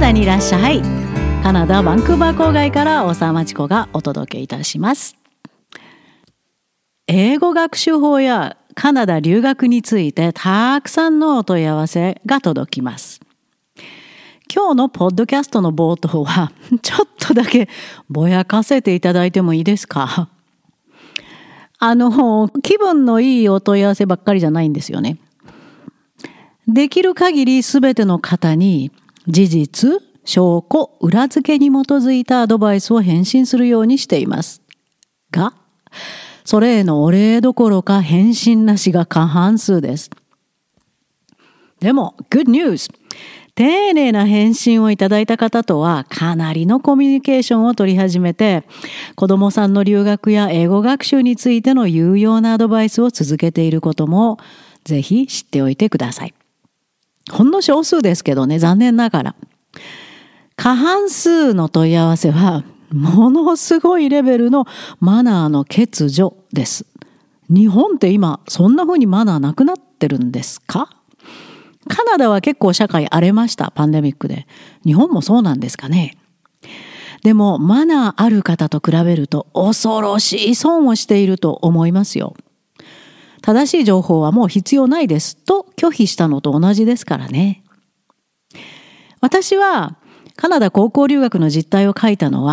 ダにいらっしゃい。カナダバンクーバー郊外から大沢町子がお届けいたします。英語学習法やカナダ留学についてたくさんのお問い合わせが届きます。今日のポッドキャストの冒頭はちょっとだけぼやかせていただいてもいいですか？気分のいいお問い合わせばっかりじゃないんですよね。できる限りすべての方に事実、証拠、裏付けに基づいたアドバイスを返信するようにしています。が、それへのお礼どころか返信なしが過半数です。でも、Good news! 丁寧な返信をいただいた方とはかなりのコミュニケーションを取り始めて、子供さんの留学や英語学習についての有用なアドバイスを続けていることもぜひ知っておいてください。ほんの少数ですけどね、残念ながら。過半数の問い合わせはものすごいレベルのマナーの欠如です。日本って今そんな風にマナーなくなってるんですか？カナダは結構社会荒れました、パンデミックで。日本もそうなんですかね。でもマナーある方と比べると恐ろしい損をしていると思いますよ。正しい情報はもう必要ないですと拒否したのと同じですからね。私はカナダ高校留学の実態を書いたのは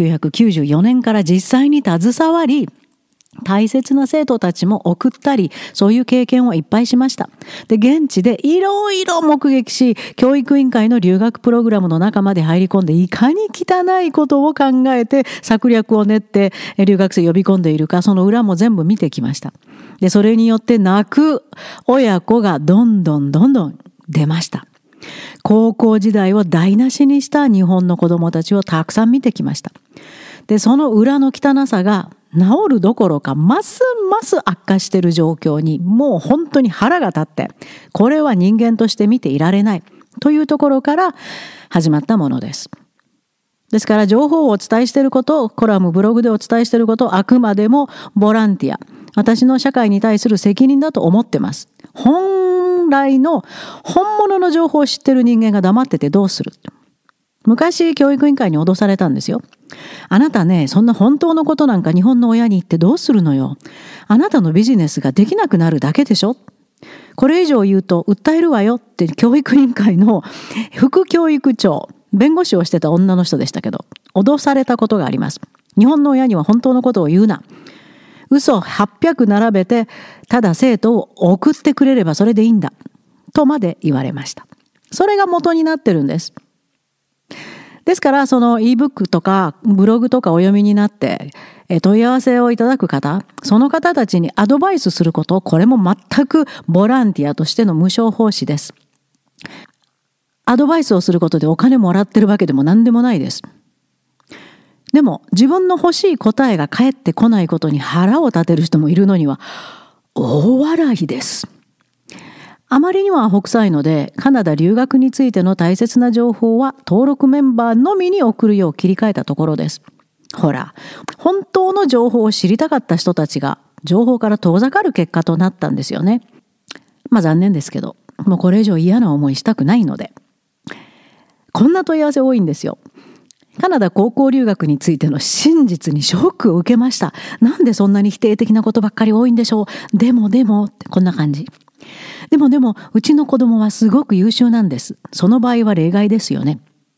1994年から実際に携わり、大切な生徒たちも送ったり、そういう経験をいっぱいしました。で、現地でいろいろ目撃し、教育委員会の留学プログラムの中まで入り込んで、いかに汚いことを考えて策略を練って留学生呼び込んでいるか、その裏も全部見てきました。で、それによって泣く親子がどんどん出ました。高校時代を台無しにした日本の子供たちをたくさん見てきました。で、その裏の汚さが治るどころかますます悪化している状況にもう本当に腹が立って、これは人間として見ていられないというところから始まったものです。ですから情報をお伝えしていること、コラムブログでお伝えしていること、あくまでもボランティア、私の社会に対する責任だと思ってます。本来の本物の情報を知っている人間が黙っててどうする？昔教育委員会に脅されたんですよ。あなたね、そんな本当のことなんか日本の親に言ってどうするのよ。あなたのビジネスができなくなるだけでしょ。これ以上言うと訴えるわよって教育委員会の副教育長、弁護士をしてた女の人でしたけど、脅されたことがあります。日本の親には本当のことを言うな。嘘800並べて、ただ生徒を送ってくれればそれでいいんだ。とまで言われました。それが元になってるんです。ですからその e-book とかブログとかお読みになって問い合わせをいただく方、その方たちにアドバイスすること、これも全くボランティアとしての無償奉仕です。アドバイスをすることでお金もらってるわけでも何でもないです。でも自分の欲しい答えが返ってこないことに腹を立てる人もいるのには大笑いです。あまりにもアホ臭いので、カナダ留学についての大切な情報は登録メンバーのみに送るよう切り替えたところです。ほら、本当の情報を知りたかった人たちが情報から遠ざかる結果となったんですよね。まあ残念ですけど、もうこれ以上嫌な思いしたくないので。こんな問い合わせ多いんですよ。カナダ高校留学についての真実にショックを受けました。なんでそんなに否定的なことばっかり多いんでしょう。でもってこんな感じ。でもうちの子供はすごく優秀なんです。その場合は例外ですよね。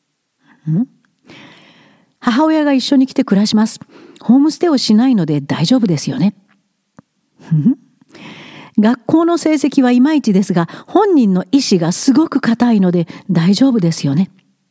母親が一緒に来て暮らします。ホームステイをしないので大丈夫ですよね。学校の成績はいまいちですが、本人の意志がすごく固いので大丈夫ですよね。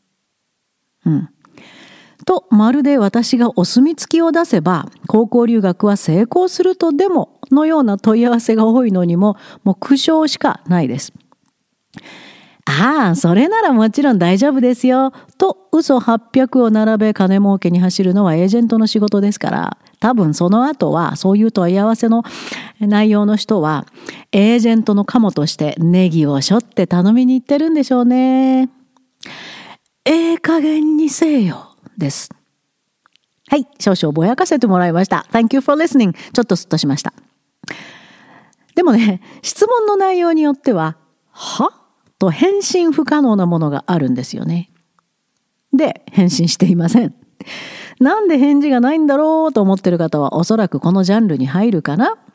と、まるで私がお墨付きを出せば高校留学は成功するとでものような問い合わせが多いのにもう苦笑しかないです。ああ、それならもちろん大丈夫ですよと嘘800を並べ金儲けに走るのはエージェントの仕事ですから、多分その後はそういう問い合わせの内容の人はエージェントのカモとしてネギを背負って頼みに行ってるんでしょうね。加減にせよです。はい、少々ぼやかせてもらいました。Thank you for listening。ちょっとスッとしました。でもね、質問の内容によっては、は？と返信不可能なものがあるんですよね。 で返信していません。なんで返事がないんだろうと思っている方はおそらくこのジャンルに入るかな。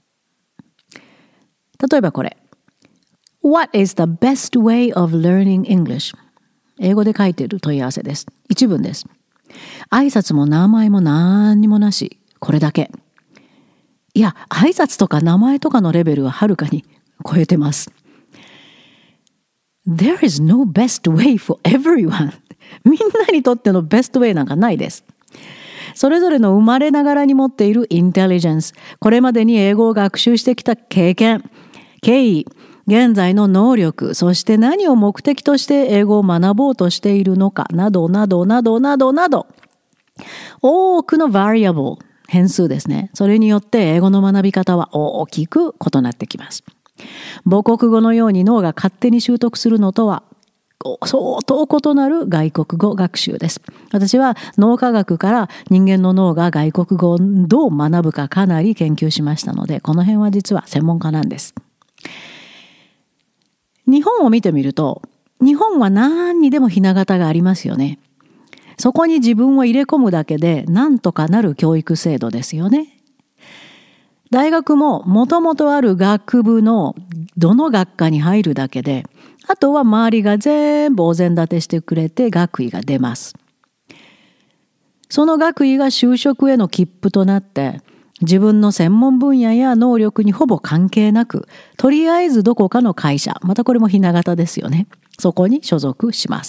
例えばこれ。What is the best way of learning English? 英語で書いている問い合わせです。一文です。挨拶も名前も何にもなし。これだけ。いや、挨拶とか名前とかのレベルははるかに超えてます。There is no best way for everyone. みんなにとってのベストウェイなんかないです。それぞれの生まれながらに持っているインテリジェンス、これまでに英語を学習してきた経験、経緯、現在の能力、そして何を目的として英語を学ぼうとしているのか、などなどなどなどなど、多くのバリアブル、変数ですね。それによって英語の学び方は大きく異なってきます。母国語のように脳が勝手に習得するのとは相当異なる外国語学習です。私は脳科学から人間の脳が外国語をどう学ぶかかなり研究しましたので、この辺は実は専門家なんです。日本を見てみると、日本は何にでもひな形がありますよね。そこに自分を入れ込むだけで何とかなる教育制度ですよね。大学ももともとある学部のどの学科に入るだけで、あとは周りが全部お膳立てしてくれて学位が出ます。その学位が就職への切符となって、自分の専門分野や能力にほぼ関係なく、とりあえずどこかの会社、またこれもひな形ですよね。そこに所属します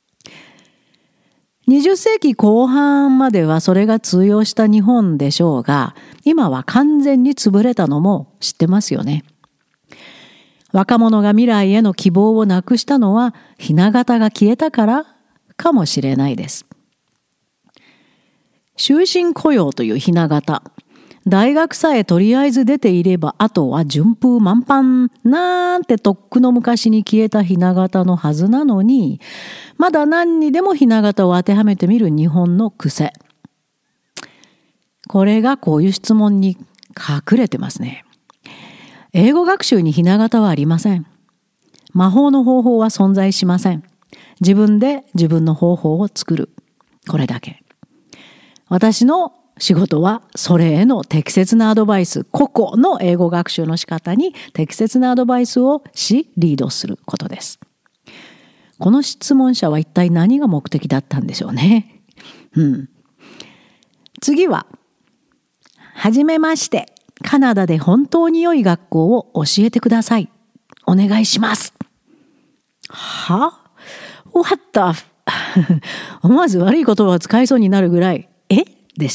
。20世紀後半まではそれが通用した日本でしょうが、今は完全に潰れたのも知ってますよね。若者が未来への希望をなくしたのは、ひな形が消えたからかもしれないです。終身雇用というひな形。大学さえとりあえず出ていれば、あとは順風満帆なんてとっくの昔に消えたひな形のはずなのに、まだ何にでもひな形を当てはめてみる日本の癖。これがこういう質問に隠れてますね。英語学習にひな形はありません。魔法の方法は存在しません。自分で自分の方法を作る。これだけ。私の仕事はそれへの適切なアドバイス、個々の英語学習の仕方に適切なアドバイスをし、リードすることです。この質問者は一体何が目的だったんでしょうね。次は、はじめまして、カナダで本当に良い学校を教えてください。お願いします。は？ What the？ 思わず悪い言葉を使いそうになるぐらい、でした。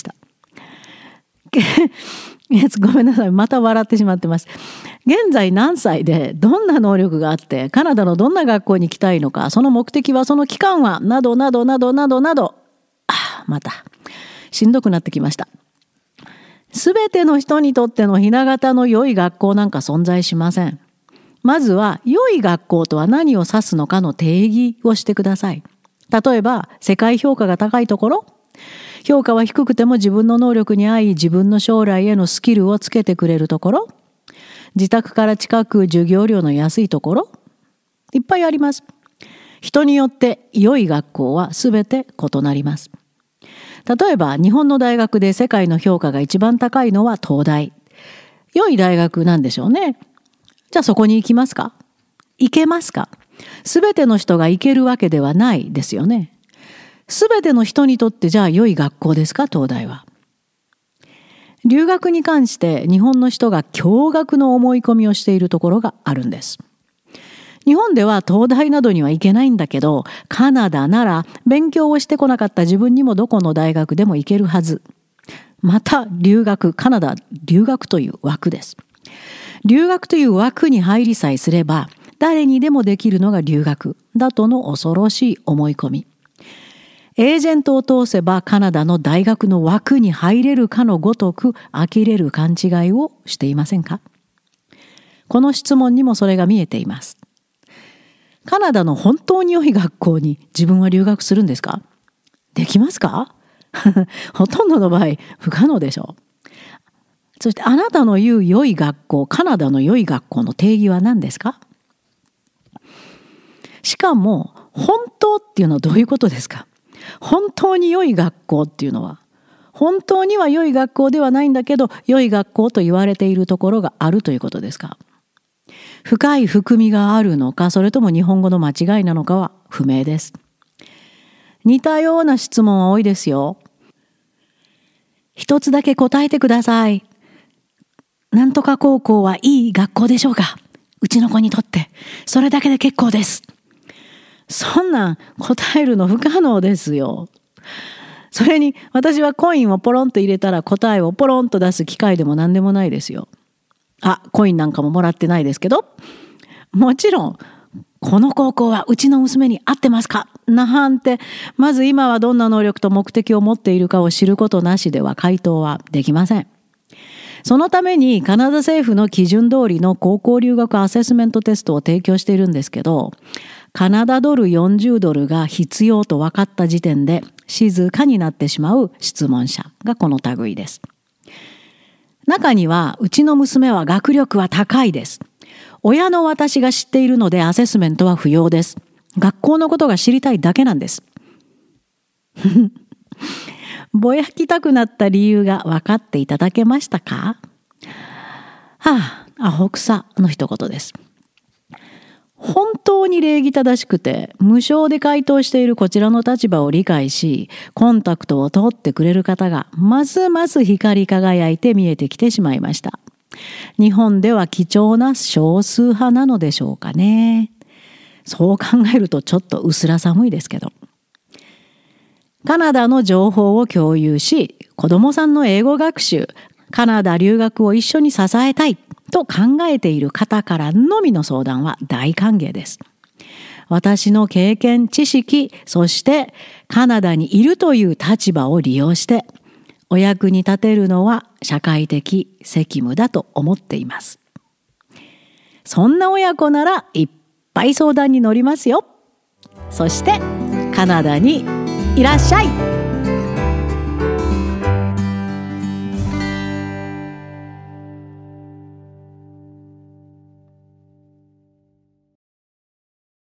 ごめんなさい。また笑ってしまってます。現在何歳でどんな能力があってカナダのどんな学校に行きたいのか、その目的は、その期間は、などなどなどなどなど。またしんどくなってきました。すべての人にとってのひな形の良い学校なんか存在しません。まずは良い学校とは何を指すのかの定義をしてください。例えば世界評価が高いところ、評価は低くても自分の能力に合い自分の将来へのスキルをつけてくれるところ、自宅から近く授業料の安いところ、いっぱいあります。人によって良い学校はすべて異なります。例えば日本の大学で世界の評価が一番高いのは東大。良い大学なんでしょうね。じゃあそこに行きますか？行けますか？すべての人が行けるわけではないですよね。すべての人にとってじゃあ良い学校ですか？東大は。留学に関して日本の人が驚愕の思い込みをしているところがあるんです。日本では東大などには行けないんだけど、カナダなら勉強をしてこなかった自分にもどこの大学でも行けるはず。また留学、カナダ留学という枠です。留学という枠に入りさえすれば、誰にでもできるのが留学だとの恐ろしい思い込み。エージェントを通せばカナダの大学の枠に入れるかのごとく呆れる勘違いをしていませんか？この質問にもそれが見えています。カナダの本当に良い学校に自分は留学するんですか？できますか？ほとんどの場合不可能でしょう。そしてあなたの言う良い学校、カナダの良い学校の定義は何ですか？しかも本当っていうのはどういうことですか？ 本当に良い学校っていうのは、本当には良い学校ではないんだけど、良い学校と言われているところがあるということですか。深い含みがあるのか、それとも日本語の間違いなのかは不明です。似たような質問は多いですよ。一つだけ答えてください。なんとか高校はいい学校でしょうか？うちの子にとって。それだけで結構です。そんなん答えるの不可能ですよ。それに私はコインをポロンと入れたら答えをポロンと出す機械でも何でもないですよ。コインなんかももらってないですけど、もちろんこの高校はうちの娘に合ってますかなんて、まず今はどんな能力と目的を持っているかを知ることなしでは回答はできません。そのためにカナダ政府の基準通りの高校留学アセスメントテストを提供しているんですけど、カナダドル40ドルが必要と分かった時点で静かになってしまう質問者がこの類です。中には、うちの娘は学力は高いです。親の私が知っているのでアセスメントは不要です。学校のことが知りたいだけなんです。ぼやきたくなった理由が分かっていただけましたか？アホくさの一言です。本当に礼儀正しくて無償で回答しているこちらの立場を理解し、コンタクトを取ってくれる方がますます光り輝いて見えてきてしまいました。日本では貴重な少数派なのでしょうかね。そう考えるとちょっとうすら寒いですけど。カナダの情報を共有し、子どもさんの英語学習、カナダ留学を一緒に支えたいと考えている方からのみの相談は大歓迎です。私の経験、知識、そしてカナダにいるという立場を利用して、お役に立てるのは社会的責務だと思っています。そんな親子ならいっぱい相談に乗りますよ。そしてカナダにいらっしゃい。